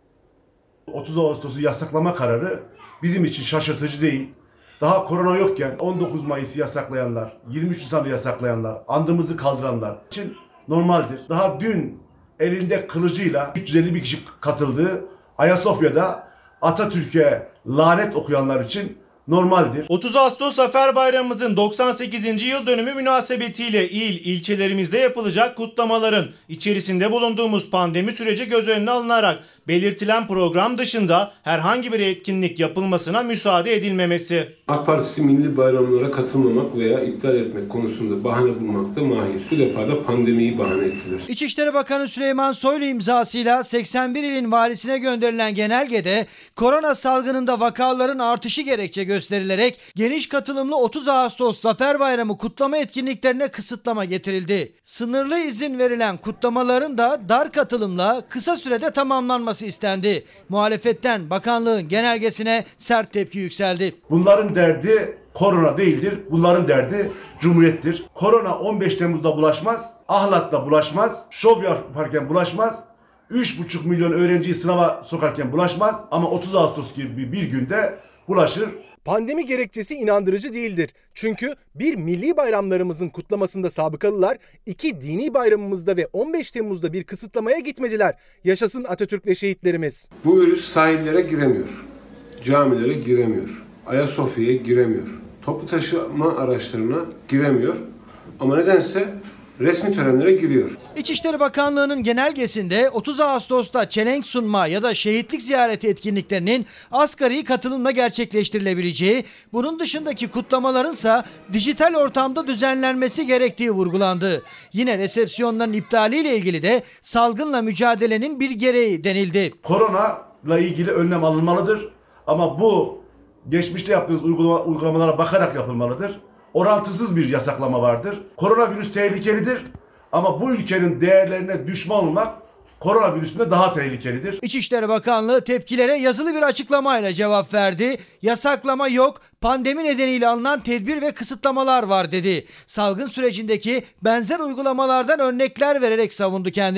30 Ağustos'u yasaklama kararı bizim için şaşırtıcı değil. Daha korona yokken 19 Mayıs'ı yasaklayanlar, 23 Nisan'ı yasaklayanlar, andımızı kaldıranlar için normaldir. Daha dün elinde kılıcıyla 350 bin kişi katıldığı Ayasofya'da Atatürk'e lanet okuyanlar için normaldir. 30 Ağustos Zafer Bayramımızın 98. yıl dönümü münasebetiyle ilçelerimizde yapılacak kutlamaların içerisinde bulunduğumuz pandemi süreci göz önüne alınarak belirtilen program dışında herhangi bir etkinlik yapılmasına müsaade edilmemesi. AK Partisi milli bayramlara katılmamak veya iptal etmek konusunda bahane bulmakta mahir. Bu defa da pandemiyi bahane ettiler. İçişleri Bakanı Süleyman Soylu imzasıyla 81 ilin valisine gönderilen genelgede korona salgınında vakaların artışı gerekçe gösterilerek geniş katılımlı 30 Ağustos Zafer Bayramı kutlama etkinliklerine kısıtlama getirildi. Sınırlı izin verilen kutlamaların da dar katılımla kısa sürede tamamlanması istendi. Muhalefetten bakanlığın genelgesine sert tepki yükseldi. Bunların derdi korona değildir. Bunların derdi Cumhuriyettir. Korona 15 Temmuz'da bulaşmaz. Ahlat'ta bulaşmaz. Şov yaparken bulaşmaz. 3,5 milyon öğrenciyi sınava sokarken bulaşmaz. Ama 30 Ağustos gibi bir günde bulaşır. Pandemi gerekçesi inandırıcı değildir. Çünkü bir milli bayramlarımızın kutlamasında sabıkalılar, 2 dini bayramımızda ve 15 Temmuz'da bir kısıtlamaya gitmediler. Yaşasın Atatürk ve şehitlerimiz. Bu virüs sahillere giremiyor. Camilere giremiyor. Ayasofya'ya giremiyor. Toplu taşıma araçlarına giremiyor. Ama nedense resmi törenlere giriyor. İçişleri Bakanlığı'nın genelgesinde 30 Ağustos'ta çelenk sunma ya da şehitlik ziyareti etkinliklerinin asgari katılımla gerçekleştirilebileceği, bunun dışındaki kutlamalarınsa dijital ortamda düzenlenmesi gerektiği vurgulandı. Yine resepsiyonların iptaliyle ilgili de salgınla mücadelenin bir gereği denildi. Korona ile ilgili önlem alınmalıdır ama bu geçmişte yaptığınız uygulamalara bakarak yapılmalıdır. Orantısız bir yasaklama vardır. Koronavirüs tehlikelidir ama bu ülkenin değerlerine düşman olmak koronavirüsüne daha tehlikelidir. İçişleri Bakanlığı tepkilere yazılı bir açıklamayla cevap verdi. Yasaklama yok, pandemi nedeniyle alınan tedbir ve kısıtlamalar var dedi. Salgın sürecindeki benzer uygulamalardan örnekler vererek savundu kendini.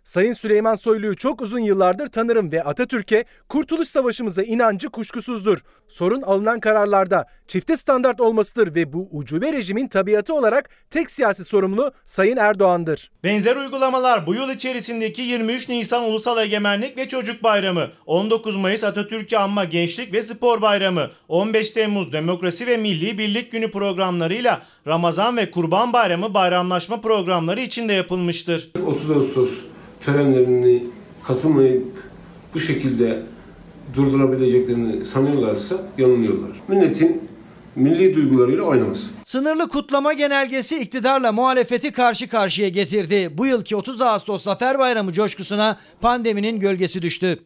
Sayın Süleyman Soylu'yu çok uzun yıllardır tanırım ve Atatürk'e, Kurtuluş Savaşımıza inancı kuşkusuzdur. Sorun alınan kararlarda çifte standart olmasıdır ve bu ucube rejimin tabiatı olarak tek siyasi sorumlu Sayın Erdoğan'dır. Benzer uygulamalar bu yıl içerisindeki 23 Nisan Ulusal Egemenlik ve Çocuk Bayramı, 19 Mayıs Atatürk'ü Anma Gençlik ve Spor Bayramı, 15 Temmuz Demokrasi ve Milli Birlik Günü programlarıyla Ramazan ve Kurban Bayramı bayramlaşma programları içinde yapılmıştır. 30 Ağustos törenlerini katılmayıp bu şekilde durdurabileceklerini sanıyorlarsa yanılıyorlar. Milletin milli duygularıyla oynamasın. Sınırlı kutlama genelgesi iktidarla muhalefeti karşı karşıya getirdi. Bu yılki 30 Ağustos Zafer Bayramı coşkusuna pandeminin gölgesi düştü.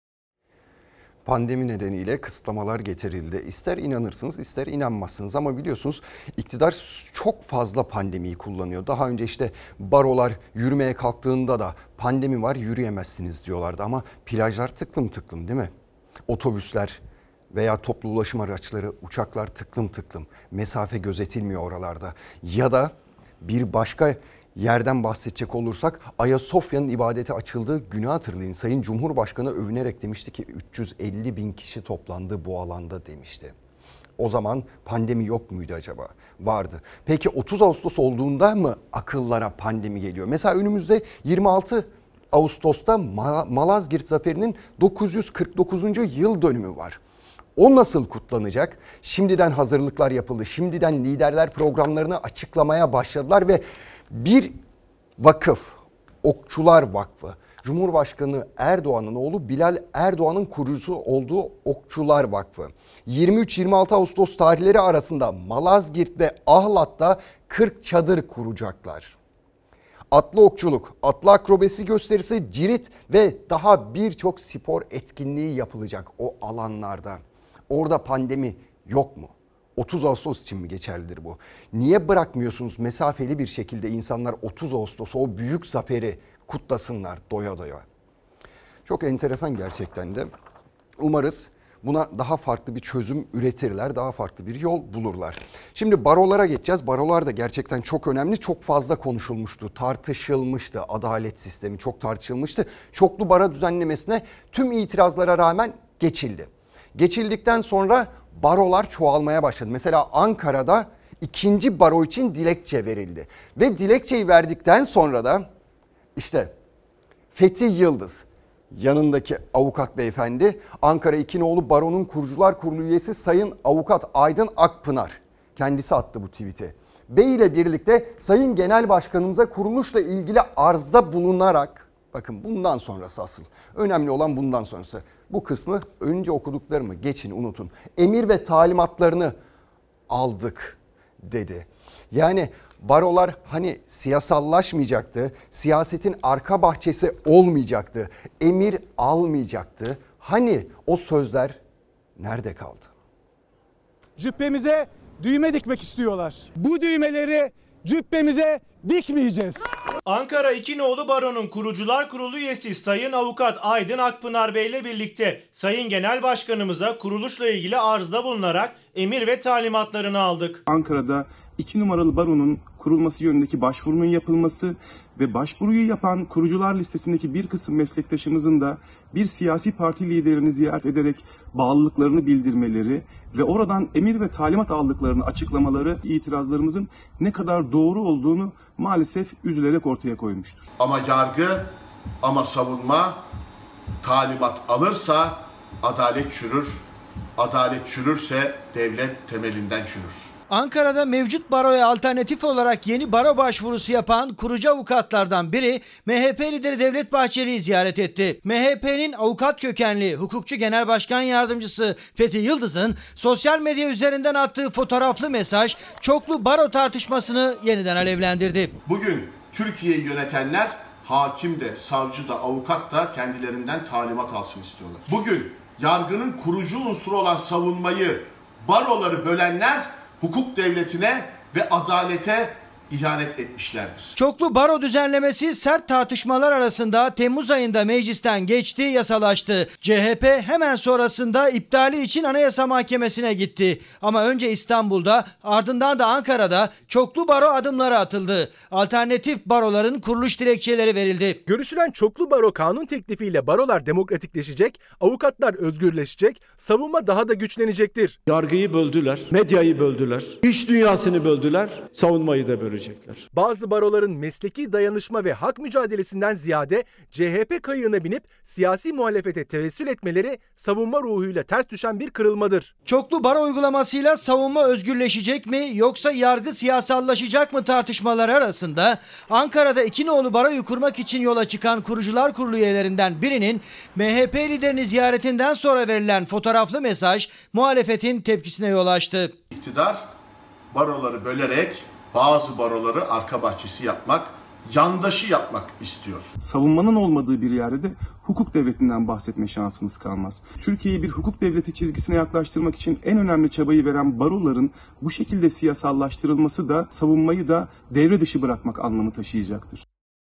Pandemi nedeniyle kısıtlamalar getirildi. İster inanırsınız ister inanmazsınız ama biliyorsunuz iktidar çok fazla pandemiyi kullanıyor. Daha önce işte barolar yürümeye kalktığında da pandemi var yürüyemezsiniz diyorlardı ama plajlar tıklım tıklım değil mi? Otobüsler veya toplu ulaşım araçları, uçaklar tıklım tıklım. Mesafe gözetilmiyor oralarda. Ya da bir başka yerden bahsedecek olursak Ayasofya'nın ibadete açıldığı günü hatırlayın. Sayın Cumhurbaşkanı övünerek demişti ki 350 bin kişi toplandı bu alanda demişti. O zaman pandemi yok muydu acaba? Vardı. Peki 30 Ağustos olduğunda mı akıllara pandemi geliyor? Mesela önümüzde 26 Ağustos'ta Malazgirt Zaferi'nin 949. yıl dönümü var. O nasıl kutlanacak? Şimdiden hazırlıklar yapıldı. Şimdiden liderler programlarını açıklamaya başladılar ve bir vakıf, Okçular Vakfı, Cumhurbaşkanı Erdoğan'ın oğlu Bilal Erdoğan'ın kurucusu olduğu Okçular Vakfı. 23-26 Ağustos tarihleri arasında Malazgirt ve Ahlat'ta 40 çadır kuracaklar. Atlı okçuluk, atlı akrobasi gösterisi, cirit ve daha birçok spor etkinliği yapılacak o alanlarda. Orada pandemi yok mu? 30 Ağustos için mi geçerlidir bu? Niye bırakmıyorsunuz mesafeli bir şekilde insanlar 30 Ağustos o büyük zaferi kutlasınlar doya doya? Çok enteresan gerçekten de. Umarız buna daha farklı bir çözüm üretirler, daha farklı bir yol bulurlar. Şimdi barolara geçeceğiz. Barolar da gerçekten çok önemli, çok fazla konuşulmuştu, tartışılmıştı. Adalet sistemi çok tartışılmıştı. Çoklu baro düzenlemesine tüm itirazlara rağmen geçildi. Geçildikten sonra barolar çoğalmaya başladı. Mesela Ankara'da 2. baro için dilekçe verildi. Ve dilekçeyi verdikten sonra da işte Fethi Yıldız, yanındaki avukat beyefendi, Ankara 2 Nolu Baro'nun Kurucular Kurulu üyesi Sayın Avukat Aydın Akpınar kendisi attı bu tweet'i. Bey ile birlikte Sayın Genel Başkanımıza kuruluşla ilgili arzda bulunarak, bakın bundan sonrası asıl önemli olan bundan sonrası. Bu kısmı önce okuduklarımı geçin unutun. Emir ve talimatlarını aldık dedi. Yani barolar hani siyasallaşmayacaktı, siyasetin arka bahçesi olmayacaktı, emir almayacaktı. Hani o sözler nerede kaldı? Cübbemize düğme dikmek istiyorlar. Bu düğmeleri cübbemize dikmeyeceğiz. Ankara 2 Nolu Baro'nun Kurucular Kurulu üyesi Sayın Avukat Aydın Akpınar Bey ile birlikte Sayın Genel Başkanımıza kuruluşla ilgili arzda bulunarak emir ve talimatlarını aldık. Ankara'da 2 numaralı baronun kurulması yönündeki başvurunun yapılması ve başvuruyu yapan kurucular listesindeki bir kısım meslektaşımızın da bir siyasi parti liderini ziyaret ederek bağlılıklarını bildirmeleri ve oradan emir ve talimat aldıklarını açıklamaları itirazlarımızın ne kadar doğru olduğunu maalesef üzülerek ortaya koymuştur. Ama yargı, ama savunma talimat alırsa adalet çürür, adalet çürürse devlet temelinden çürür. Ankara'da mevcut baroya alternatif olarak yeni baro başvurusu yapan kurucu avukatlardan biri MHP lideri Devlet Bahçeli'yi ziyaret etti. MHP'nin avukat kökenli hukukçu genel başkan yardımcısı Fethi Yıldız'ın sosyal medya üzerinden attığı fotoğraflı mesaj çoklu baro tartışmasını yeniden alevlendirdi. Bugün Türkiye'yi yönetenler hakim de, savcı da, avukat da kendilerinden talimat alsın istiyorlar. Bugün yargının kurucu unsuru olan savunmayı, baroları bölenler hukuk devletine ve adalete ihanet etmişlerdir. Çoklu baro düzenlemesi sert tartışmalar arasında Temmuz ayında meclisten geçti, yasalaştı. CHP hemen sonrasında iptali için Anayasa Mahkemesi'ne gitti. Ama önce İstanbul'da, ardından da Ankara'da çoklu baro adımları atıldı. Alternatif baroların kuruluş dilekçeleri verildi. Görüşülen çoklu baro kanun teklifiyle barolar demokratikleşecek, avukatlar özgürleşecek, savunma daha da güçlenecektir. Yargıyı böldüler, medyayı böldüler, iş dünyasını böldüler, savunmayı da bölecekler. Bazı baroların mesleki dayanışma ve hak mücadelesinden ziyade CHP kayığına binip siyasi muhalefete tevessül etmeleri savunma ruhuyla ters düşen bir kırılmadır. Çoklu baro uygulamasıyla savunma özgürleşecek mi yoksa yargı siyasallaşacak mı tartışmaları arasında Ankara'da iki nolu baroyu kurmak için yola çıkan Kurucular Kurulu üyelerinden birinin MHP liderini ziyaretinden sonra verilen fotoğraflı mesaj muhalefetin tepkisine yol açtı. İktidar baroları bölerek bazı baroları arka bahçesi yapmak, yandaşı yapmak istiyor. Savunmanın olmadığı bir yerde de hukuk devletinden bahsetme şansımız kalmaz. Türkiye'yi bir hukuk devleti çizgisine yaklaştırmak için en önemli çabayı veren baroların bu şekilde siyasallaştırılması da savunmayı da devre dışı bırakmak anlamı taşıyacaktır.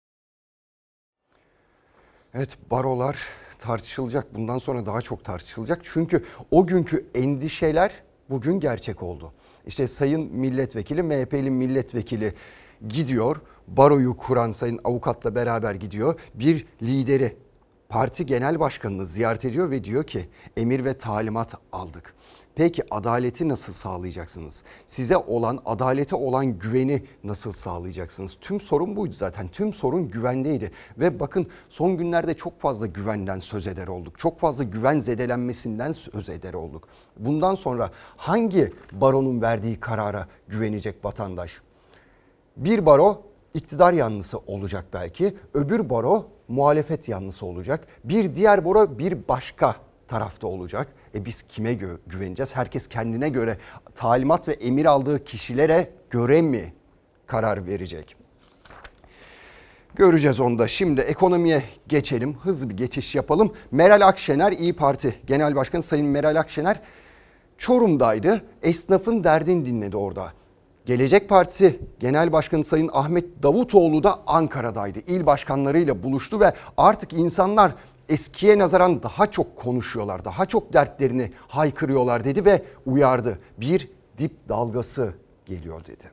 Evet, barolar tartışılacak. Bundan sonra daha çok tartışılacak. Çünkü o günkü endişeler bugün gerçek oldu. İşte Sayın Milletvekili, MHP'li milletvekili gidiyor. Baroyu kuran sayın avukatla beraber gidiyor. Bir lideri, parti genel başkanını ziyaret ediyor ve diyor ki emir ve talimat aldık. Peki adaleti nasıl sağlayacaksınız? Size olan, adalete olan güveni nasıl sağlayacaksınız? Tüm sorun buydu zaten. Tüm sorun güvendeydi. Ve bakın son günlerde çok fazla güvenden söz eder olduk. Çok fazla güven zedelenmesinden söz eder olduk. Bundan sonra hangi baronun verdiği karara güvenecek vatandaş? Bir baro iktidar yanlısı olacak belki. Öbür baro muhalefet yanlısı olacak. Bir diğer baro bir başka tarafta olacak. Biz kime güveneceğiz? Herkes kendine göre talimat ve emir aldığı kişilere göre mi karar verecek? Göreceğiz onu da. Şimdi ekonomiye geçelim. Hızlı bir geçiş yapalım. Meral Akşener, İYİ Parti Genel Başkanı Sayın Meral Akşener Çorum'daydı. Esnafın derdini dinledi orada. Gelecek Partisi Genel Başkanı Sayın Ahmet Davutoğlu da Ankara'daydı. İl başkanlarıyla buluştu ve artık insanlar eskiye nazaran daha çok konuşuyorlar, daha çok dertlerini haykırıyorlar dedi ve uyardı. Bir dip dalgası geliyor dedi.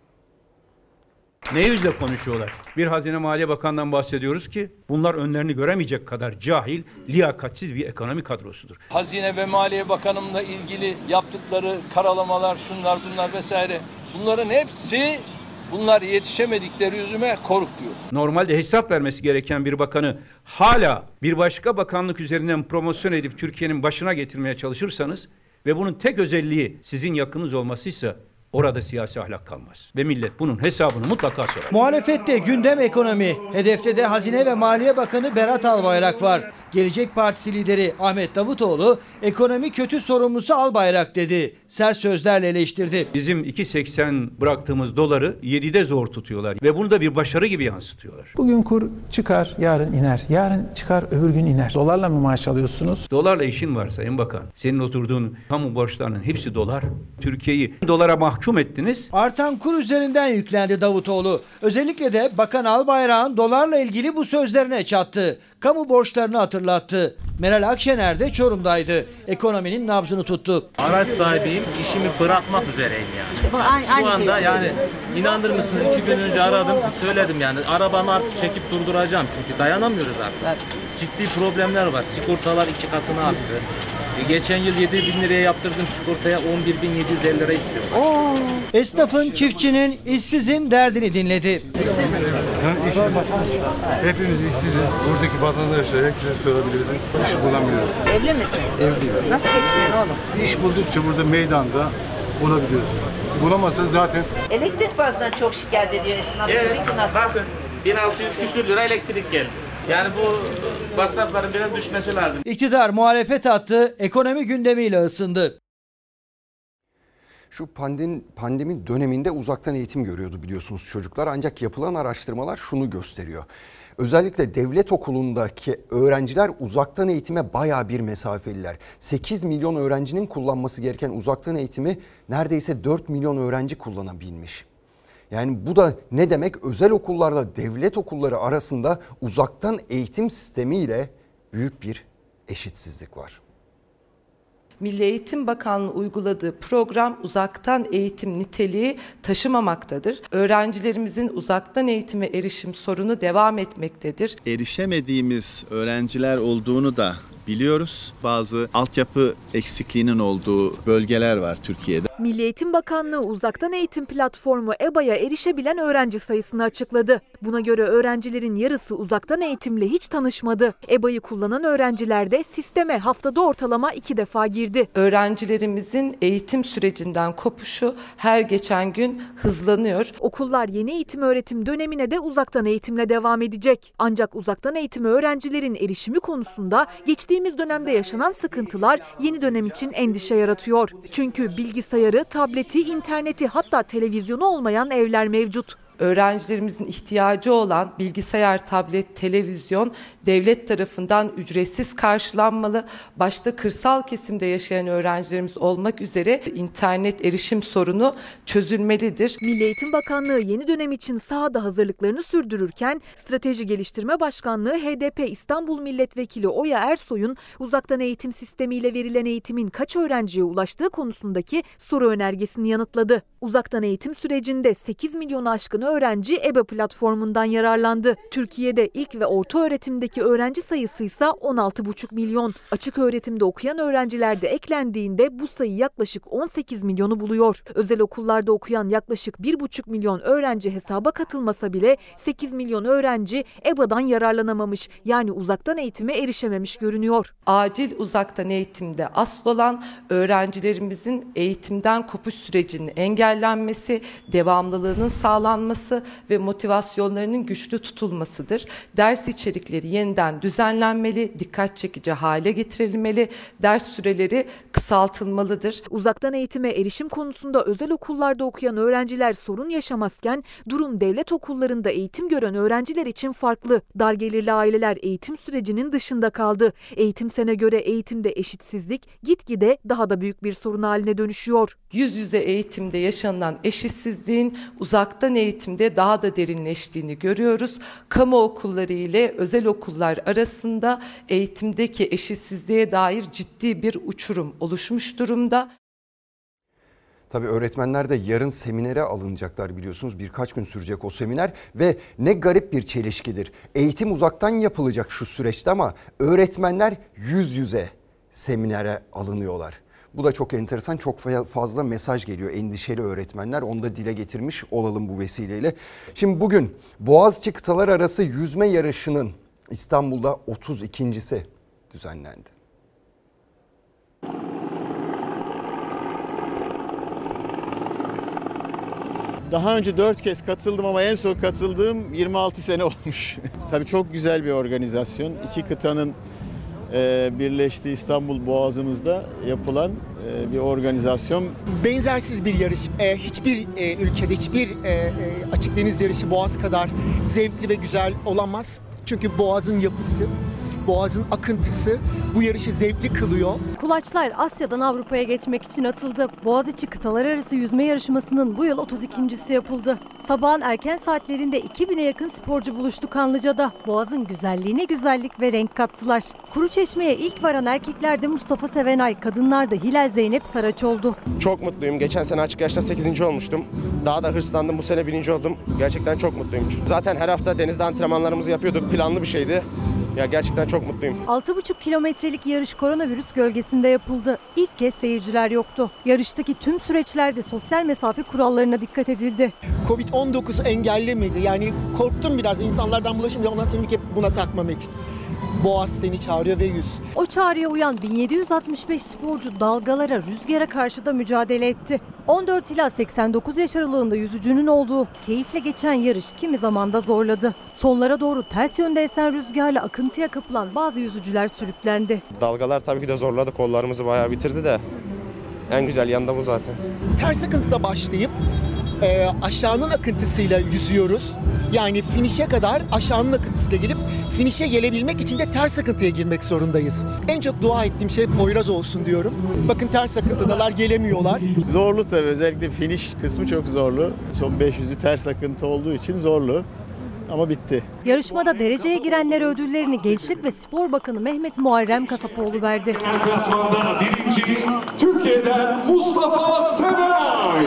Ne yüzle konuşuyorlar? Bir Hazine Maliye Bakanı'ndan bahsediyoruz ki bunlar önlerini göremeyecek kadar cahil, liyakatsiz bir ekonomi kadrosudur. Hazine ve Maliye Bakanımla ilgili yaptıkları karalamalar, şunlar bunlar vesaire, bunların hepsi bunlar yetişemedikleri yüzüme kork diyor. Normalde hesap vermesi gereken bir bakanı hala bir başka bakanlık üzerinden promosyon edip Türkiye'nin başına getirmeye çalışırsanız ve bunun tek özelliği sizin yakınız olmasıysa orada siyasi ahlak kalmaz. Ve millet bunun hesabını mutlaka sorar. Muhalefette gündem ekonomi. Hedefte de Hazine ve Maliye Bakanı Berat Albayrak var. Gelecek Partisi lideri Ahmet Davutoğlu ekonomi kötü sorumlusu Albayrak dedi. Sert sözlerle eleştirdi. Bizim 2.80 bıraktığımız doları 7'de zor tutuyorlar ve bunu da bir başarı gibi yansıtıyorlar. Bugün kur çıkar, yarın iner. Yarın çıkar, öbür gün iner. Dolarla mı maaş alıyorsunuz? Dolarla işin var Sayın Bakan. Senin oturduğun kamu borçlarının hepsi dolar. Türkiye'yi dolara mahkum ettiniz. Artan kur üzerinden yüklendi Davutoğlu. Özellikle de Bakan Albayrak'ın dolarla ilgili bu sözlerine çattı. Kamu borçlarını hatırlattı. Meral Akşener de Çorum'daydı. Ekonominin nabzını tuttu. Araç sahibiyim, işimi bırakmak üzereyim yani. Şu anda yani inanır mısınız 2 gün önce aradım, söyledim yani arabamı artık çekip durduracağım çünkü dayanamıyoruz artık. Ciddi problemler var. Sigortalar 2 katını arttı. Geçen yıl 7.000 liraya yaptırdım sigortaya 11.750 lira istiyorlar. Esnafın, çiftçinin, işsizin derdini dinledi. Yani işsiz, hepimiz işsiziz. Buradaki vatandaşlara herkese sorabiliriz. İş bulamıyoruz. Evli misin? Evliyim. Nasıl geçiniyorsun oğlum? İş buldukça burada meydanda bulabiliyoruz. Bulamazsa zaten... Elektrik fazladan çok şikayet ediyor esnaf. Evet, zaten 1600 küsür lira elektrik geldi. Yani bu masrafların biraz düşmesi lazım. İktidar muhalefet hattı ekonomi gündemiyle ısındı. Şu pandemi döneminde uzaktan eğitim görüyordu biliyorsunuz çocuklar. Ancak yapılan araştırmalar şunu gösteriyor. Özellikle devlet okulundaki öğrenciler uzaktan eğitime bayağı bir mesafeliler. 8 milyon öğrencinin kullanması gereken uzaktan eğitimi neredeyse 4 milyon öğrenci kullanabilmiş. Yani bu da ne demek? Özel okullarla devlet okulları arasında uzaktan eğitim sistemiyle büyük bir eşitsizlik var. Milli Eğitim Bakanlığı uyguladığı program uzaktan eğitim niteliği taşımamaktadır. Öğrencilerimizin uzaktan eğitime erişim sorunu devam etmektedir. Erişemediğimiz öğrenciler olduğunu da biliyoruz. Bazı altyapı eksikliğinin olduğu bölgeler var Türkiye'de. Milli Eğitim Bakanlığı uzaktan eğitim platformu EBA'ya erişebilen öğrenci sayısını açıkladı. Buna göre öğrencilerin yarısı uzaktan eğitimle hiç tanışmadı. EBA'yı kullanan öğrenciler de sisteme haftada ortalama 2 defa girdi. Öğrencilerimizin eğitim sürecinden kopuşu her geçen gün hızlanıyor. Okullar yeni eğitim öğretim dönemine de uzaktan eğitimle devam edecek. Ancak uzaktan eğitime öğrencilerin erişimi konusunda geçtiğimiz dönemde yaşanan sıkıntılar yeni dönem için endişe yaratıyor. Çünkü bilgisayarı, tableti, interneti hatta televizyonu olmayan evler mevcut. Öğrencilerimizin ihtiyacı olan bilgisayar, tablet, televizyon devlet tarafından ücretsiz karşılanmalı. Başta kırsal kesimde yaşayan öğrencilerimiz olmak üzere internet erişim sorunu çözülmelidir. Milli Eğitim Bakanlığı yeni dönem için sahada hazırlıklarını sürdürürken Strateji Geliştirme Başkanlığı HDP İstanbul Milletvekili Oya Ersoy'un uzaktan eğitim sistemiyle verilen eğitimin kaç öğrenciye ulaştığı konusundaki soru önergesini yanıtladı. Uzaktan eğitim sürecinde 8 milyon aşkın öğrenci EBA platformundan yararlandı. Türkiye'de ilk ve orta öğretimdeki öğrenci sayısı ise 16,5 milyon. Açık öğretimde okuyan öğrenciler de eklendiğinde bu sayı yaklaşık 18 milyonu buluyor. Özel okullarda okuyan yaklaşık 1,5 milyon öğrenci hesaba katılmasa bile 8 milyon öğrenci EBA'dan yararlanamamış, yani uzaktan eğitime erişememiş görünüyor. Acil uzaktan eğitimde asıl olan öğrencilerimizin eğitimden kopuş sürecinin engellenmesi, devamlılığının sağlanması ve motivasyonlarının güçlü tutulmasıdır. Ders içerikleri yeniden düzenlenmeli, dikkat çekici hale getirilmeli, ders süreleri kısaltılmalıdır. Uzaktan eğitime erişim konusunda özel okullarda okuyan öğrenciler sorun yaşamazken durum devlet okullarında eğitim gören öğrenciler için farklı. Dar gelirli aileler eğitim sürecinin dışında kaldı. Eğitimsene göre eğitimde eşitsizlik gitgide daha da büyük bir sorun haline dönüşüyor. Yüz yüze eğitimde yaşanılan eşitsizliğin uzaktan eğitimde daha da derinleştiğini görüyoruz. Kamu okulları ile özel okullar arasında eğitimdeki eşitsizliğe dair ciddi bir uçurum oluşmuş durumda. Tabii öğretmenler de yarın seminere alınacaklar, biliyorsunuz. Birkaç gün sürecek o seminer ve ne garip bir çelişkidir. Eğitim uzaktan yapılacak şu süreçte ama öğretmenler yüz yüze seminere alınıyorlar. Bu da çok enteresan, çok fazla mesaj geliyor endişeli öğretmenler. Onu da dile getirmiş olalım bu vesileyle. Şimdi bugün Boğaziçi Kıtalar Arası Yüzme Yarışı'nın İstanbul'da 32.si düzenlendi. Daha önce 4 kez katıldım ama en son katıldığım 26 sene olmuş. Tabii çok güzel bir organizasyon. İki kıtanın birleştiği İstanbul Boğazımızda yapılan bir organizasyon. Benzersiz bir yarış. Hiçbir ülkede hiçbir açık deniz yarışı Boğaz kadar zevkli ve güzel olamaz. Çünkü Boğaz'ın yapısı, Boğaz'ın akıntısı bu yarışı zevkli kılıyor. Kulaçlar Asya'dan Avrupa'ya geçmek için atıldı. Boğaziçi Kıtalar Arası Yüzme Yarışması'nın bu yıl 32.si yapıldı. Sabahın erken saatlerinde 2000'e yakın sporcu buluştu Kanlıca'da. Boğaz'ın güzelliğine güzellik ve renk kattılar. Kuruçeşme'ye ilk varan erkeklerde Mustafa Sevenay, kadınlarda Hilal Zeynep Saraç oldu. Çok mutluyum. Geçen sene açık yarışta 8. olmuştum. Daha da hırslandım. Bu sene 1. oldum. Gerçekten çok mutluyum. Zaten her hafta denizde antrenmanlarımızı yapıyorduk. Planlı bir şeydi. Ya gerçekten çok mutluyum. 6,5 kilometrelik yarış koronavirüs gölgesinde yapıldı. İlk kez seyirciler yoktu. Yarıştaki tüm süreçlerde sosyal mesafe kurallarına dikkat edildi. Covid-19 engellemedi. Yani korktum biraz insanlardan bulaşınca, ondan sonra hep buna takma Metin. Boğaz seni çağırıyor ve yüz. O çağrıya uyan 1765 sporcu dalgalara, rüzgara karşı da mücadele etti. 14 ila 89 yaş aralığında yüzücünün olduğu keyifle geçen yarış kimi zaman da zorladı. Sonlara doğru ters yönde esen rüzgarla akıntıya kapılan bazı yüzücüler sürüklendi. Dalgalar tabii ki de zorladı. Kollarımızı bayağı bitirdi de en güzel yanı da bu zaten. Ters akıntıda başlayıp aşağının akıntısıyla yüzüyoruz. Yani finişe kadar aşağının akıntısıyla gelip finişe gelebilmek için de ters akıntıya girmek zorundayız. En çok dua ettiğim şey Poyraz olsun diyorum. Bakın ters akıntıdalar, gelemiyorlar. Zorlu tabii, özellikle finish kısmı çok zorlu. Son 500'ü ters akıntı olduğu için zorlu. Ama bitti. Yarışmada dereceye girenlere ödüllerini Gençlik ve Spor Bakanı Mehmet Muharrem Kasapoğlu verdi. Klasmanda birinci Türkiye'den Mustafa Severay.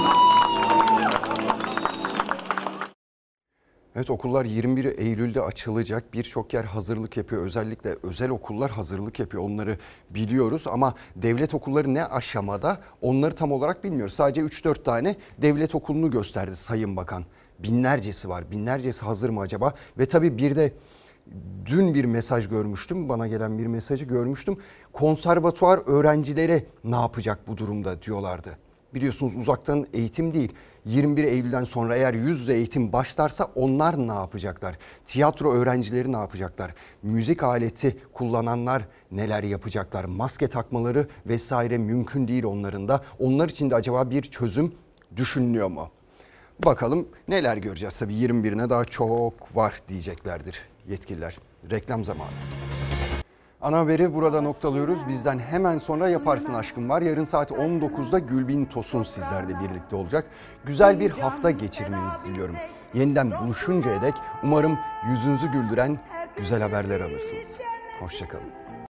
Evet, okullar 21 Eylül'de açılacak. Birçok yer hazırlık yapıyor. Özellikle özel okullar hazırlık yapıyor. Onları biliyoruz ama devlet okulları ne aşamada onları tam olarak bilmiyoruz. Sadece 3-4 tane devlet okulunu gösterdi Sayın Bakan. Binlercesi var. Binlercesi hazır mı acaba? Ve tabii bir de dün bir mesaj görmüştüm. Bana gelen bir mesajı görmüştüm. Konservatuvar öğrencileri ne yapacak bu durumda diyorlardı. Biliyorsunuz uzaktan eğitim değil. 21 Eylül'den sonra eğer yüz yüze eğitim başlarsa onlar ne yapacaklar? Tiyatro öğrencileri ne yapacaklar? Müzik aleti kullananlar neler yapacaklar? Maske takmaları vesaire mümkün değil onların da. Onlar için de acaba bir çözüm düşünülüyor mu? Bakalım neler göreceğiz. Tabii 21'ine daha çok var diyeceklerdir yetkililer. Reklam zamanı. Ana haberi burada noktalıyoruz. Bizden hemen sonra Yaparsın Aşkım var. Yarın saat 19'da Gülbin Tosun sizlerle birlikte olacak. Güzel bir hafta geçirmenizi diliyorum. Yeniden buluşuncaya dek umarım yüzünüzü güldüren güzel haberler alırsınız. Hoşça kalın.